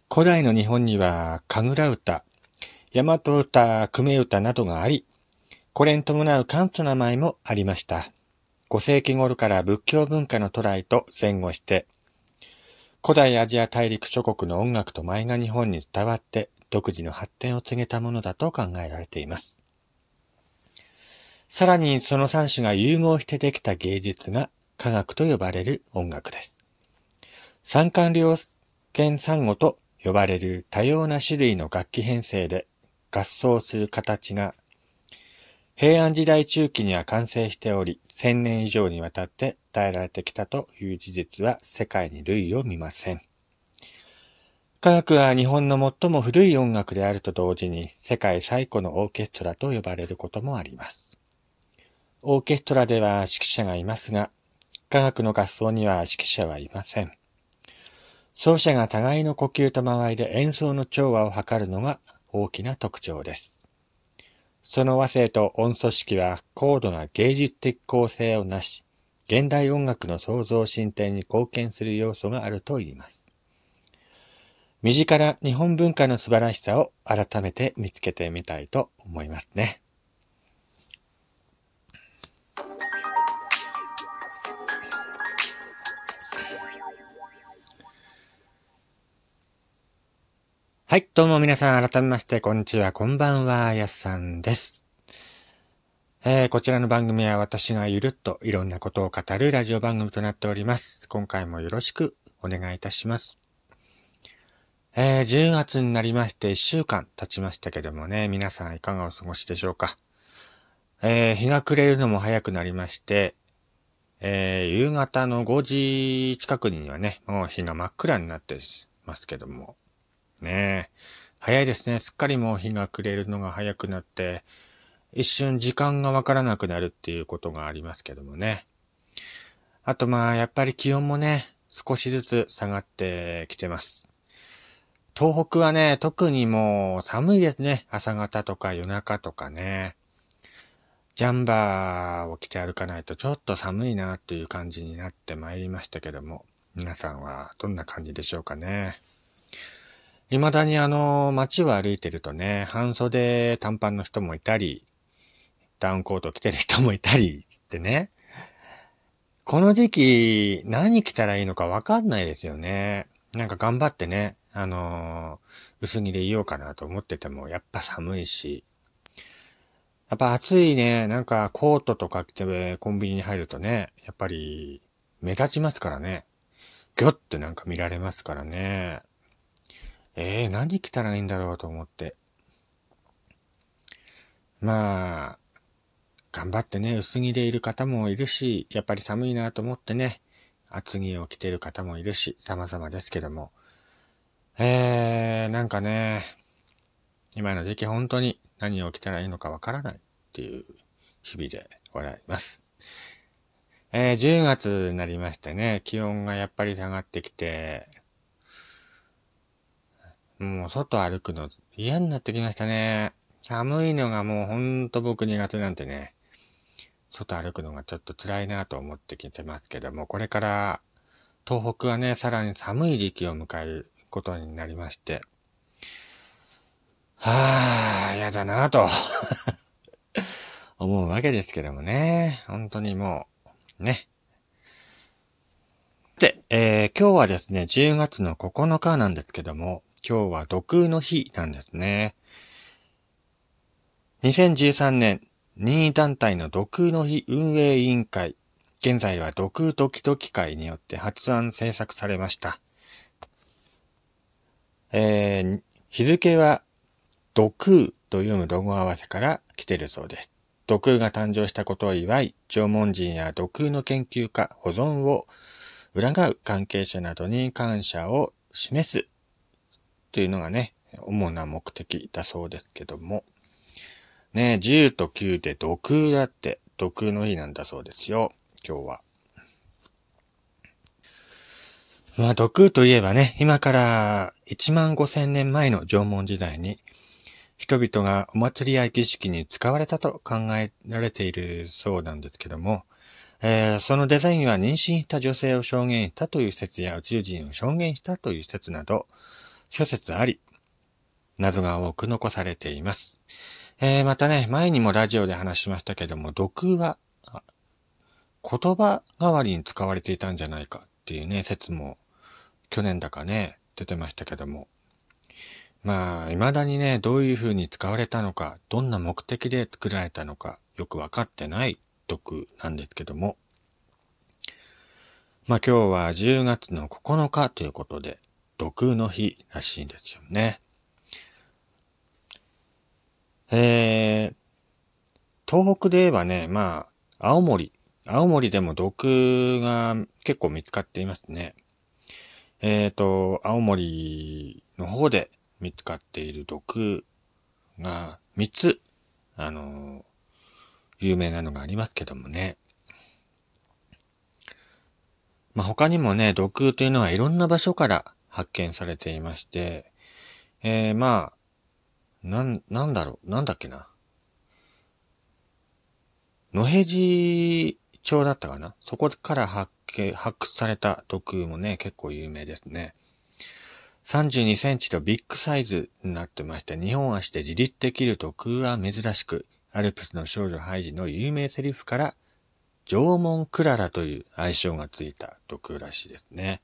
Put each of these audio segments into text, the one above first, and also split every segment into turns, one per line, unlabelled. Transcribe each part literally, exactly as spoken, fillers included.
古代の日本には神楽歌、大和歌、久米歌などがあり、これに伴う漢と名前もありました。ご世紀頃から仏教文化の渡来と前後して、古代アジア大陸諸国の音楽と舞が日本に伝わって独自の発展を告げたものだと考えられています。さらにその三種が融合してできた芸術が雅楽と呼ばれる音楽です。三官両弦三語と呼ばれる多様な種類の楽器編成で合奏する形が平安時代中期には完成しており、千年以上にわたって伝えられてきたという事実は世界に類を見ません。雅楽は日本の最も古い音楽であると同時に世界最古のオーケストラと呼ばれることもあります。オーケストラでは指揮者がいますが、雅楽の合奏には指揮者はいません。奏者が互いの呼吸と間合いで演奏の調和を図るのが大きな特徴です。その和声と音素式は高度な芸術的構成をなし、現代音楽の創造進展に貢献する要素があると言います。身近な日本文化の素晴らしさを改めて見つけてみたいと思いますね。はい、どうも皆さん改めましてこんにちは、こんばんは、やすさんです。えー、こちらの番組は私がゆるっといろんなことを語るラジオ番組となっております。今回もよろしくお願いいたします。えー、じゅうがつになりましていっしゅうかん経ちましたけどもね、皆さんいかがお過ごしでしょうか。えー、日が暮れるのも早くなりまして、えー、夕方のごじ近くにはね、もう日が真っ暗になってますけども、ねえ、早いですね。すっかりもう日が暮れるのが早くなって、一瞬時間がわからなくなるっていうことがありますけどもね。あとまあ、やっぱり気温もね、少しずつ下がってきてます。東北はね、特にもう寒いですね。朝方とか夜中とかね。ジャンバーを着て歩かないとちょっと寒いなっていう感じになってまいりましたけども、皆さんはどんな感じでしょうかね。未だにあの、街を歩いてるとね、半袖短パンの人もいたり、ダウンコート着てる人もいたりってね。この時期何着たらいいのかわかんないですよね。なんか頑張ってね、あのー、薄着でいようかなと思っててもやっぱ寒いし、やっぱ暑いね、なんかコートとか着てコンビニに入るとね、やっぱり目立ちますからね。ギョッてなんか見られますからね。えー、何着たらいいんだろうと思って。まあ、頑張ってね、薄着でいる方もいるし、やっぱり寒いなと思ってね、厚着を着ている方もいるし、様々ですけども。えー、なんかね、今の時期本当に何を着たらいいのかわからないっていう日々でございます。えー、じゅうがつになりましてね、気温がやっぱり下がってきて、もう外歩くの嫌になってきましたね。寒いのがもうほんと僕苦手なんてね、外歩くのがちょっと辛いなと思ってきてますけども、これから東北はね、さらに寒い時期を迎えることになりまして、はぁ、やだなぁと思うわけですけどもね、本当にもう、ね。で、えー、今日はですね、じゅうがつのここのかなんですけども、今日は土空の日なんですね。にせんじゅうさんねん、任意団体の土空の日運営委員会、現在は土空ドキドキ会によって発案制作されました。えー、日付は土空と読むロゴ合わせから来ているそうです。土空が誕生したことを祝い、縄文人や土空の研究家、保存を裏がう関係者などに感謝を示すというのがね、主な目的だそうですけども。ね、じゅうときゅうで土空だって、土空の日なんだそうですよ、今日は。まあ、土空といえばね、今からいちまんごせんねんまえの縄文時代に、人々がお祭りや儀式に使われたと考えられているそうなんですけども、えー、そのデザインは妊娠した女性を証言したという説や宇宙人を証言したという説など、 諸説あり、謎が多く残されています。えー、またね、前にもラジオで話しましたけども、毒は言葉代わりに使われていたんじゃないかっていうね、説も去年だかね、出てましたけども。まあ、未だにね、どういう風に使われたのか、どんな目的で作られたのか、よくわかってない毒なんですけども。まあ今日はじゅうがつのここのかということで、毒の日らしいんですよね。えー、東北で言えばね、まあ、青森。青森でも毒が結構見つかっていますね。えーと、青森の方で見つかっている毒がみっつ、あの、有名なのがありますけどもね。まあ、他にもね、毒というのはいろんな場所から発見されていまして、えー、まあ、なん、なんだろう、なんだっけな。野辺地町だったかな。そこから発見、発掘された毒もね、結構有名ですね。さんじゅうにセンチとビッグサイズになってまして、にほん足で自立できる毒は珍しく、アルプスの少女ハイジの有名セリフから、縄文クララという愛称がついた毒らしいですね。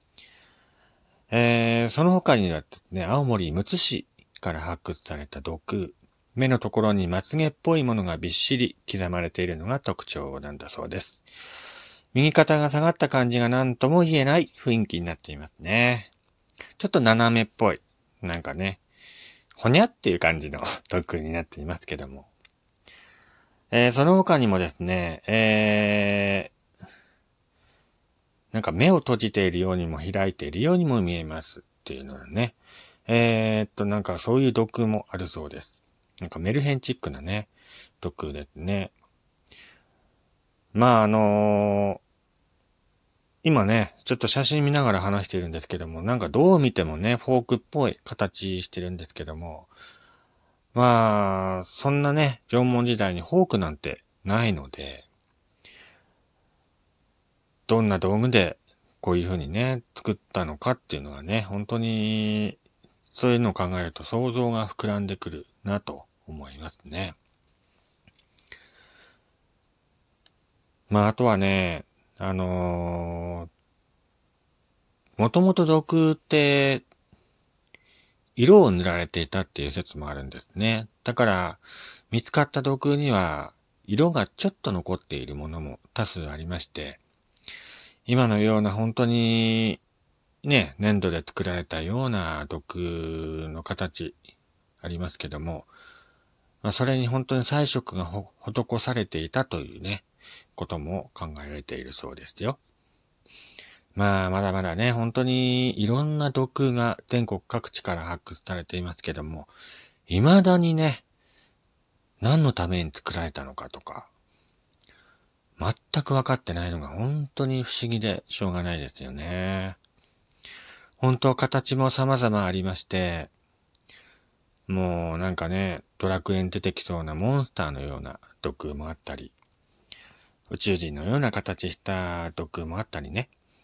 えー、その他にはですね、青森むつ市から発掘された毒、目のところにまつげっぽいものがびっしり刻まれているのが特徴なんだそうです。右肩が下がった感じが何とも言えない雰囲気になっていますね。ちょっと斜めっぽい。なんかね、ほにゃっていう感じの毒になっていますけども。えー、その他にもですね、えー、なんか目を閉じているようにも開いているようにも見えますっていうのはね。えー、っと、なんかそういう毒もあるそうです。なんかメルヘンチックなね、毒ですね。まああのー、今ね、ちょっと写真見ながら話しているんですけども、なんかどう見てもね、フォークっぽい形してるんですけども、まあ、そんなね、縄文時代にフォークなんてないので、どんな道具でこういう風にね、作ったのかっていうのがね、本当に、そういうのを考えると想像が膨らんでくるなと思いますね。まあ、あとはね、あのー、もともと毒って、色を塗られていたっていう説もあるんですね。だから、見つかった毒には、色がちょっと残っているものも多数ありまして、今のような本当に、ね、粘土で作られたような毒の形ありますけども、まあ、それに本当に彩色が施されていたというね、ことも考えられているそうですよ。まあ、まだまだね、本当にいろんな毒が全国各地から発掘されていますけども、未だにね、何のために作られたのかとか、全く分かってないのが本当に不思議でしょうがないですよね。本当形も様々ありまして、もうなんかね、ドラクエに出てきそうなモンスターのような毒もあったり、宇宙人のような形した毒もあったりね。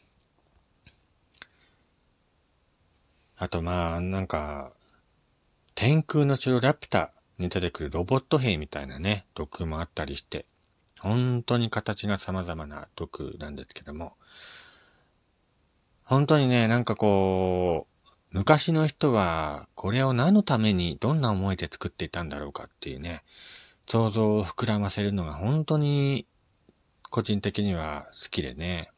あとまあ、なんか、天空の城ラピュタに出てくるロボット兵みたいなね、毒もあったりして、本当に形が様々な毒なんですけども、本当にね、なんかこう、昔の人はこれを何のためにどんな思いで作っていたんだろうかっていうね、想像を膨らませるのが本当に個人的には好きでね。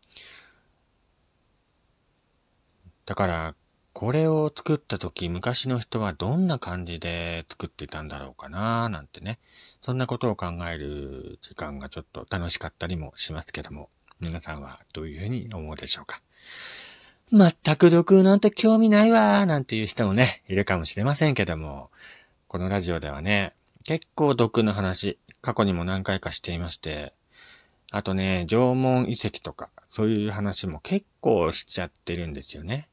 だから、これを作った時、昔の人はどんな感じで作っていたんだろうかななんてね。そんなことを考える時間がちょっと楽しかったりもしますけども、皆さんはどういうふうに思うでしょうか。全く毒なんて興味ないわーなんていう人もね、いるかもしれませんけども、このラジオではね、結構毒の話、過去にも何回かしていまして、あとね、縄文遺跡とか、そういう話も結構しちゃってるんですよね。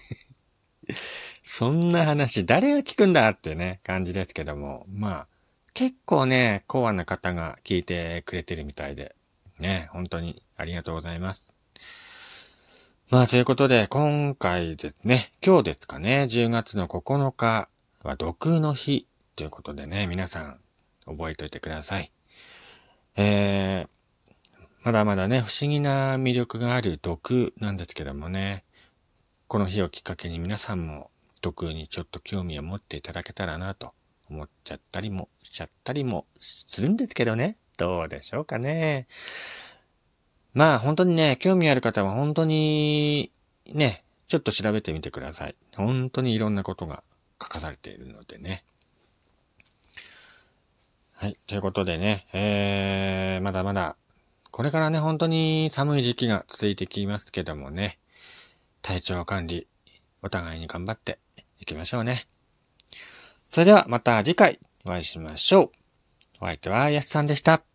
そんな話誰が聞くんだってね、感じですけども、まあ、結構ね、コアな方が聞いてくれてるみたいで、ね、本当にありがとうございます。 まあ、ということで、今回ですね、今日ですかね、じゅうがつのここのかは毒の日ということでね、皆さん覚えておいてください。えー、まだまだね、不思議な魅力がある毒なんですけどもね、この日をきっかけに皆さんも毒にちょっと興味を持っていただけたらなと思っちゃったりもしちゃったりもするんですけどね。どうでしょうかね。まあ本当にね、興味ある方は本当にね、ちょっと調べてみてください。本当にいろんなことが書かされているのでね。はい。ということでね、えー、まだまだ、これからね、本当に寒い時期が続いてきますけどもね、体調管理、お互いに頑張っていきましょうね。それではまた次回お会いしましょう。お相手はやすさんでした。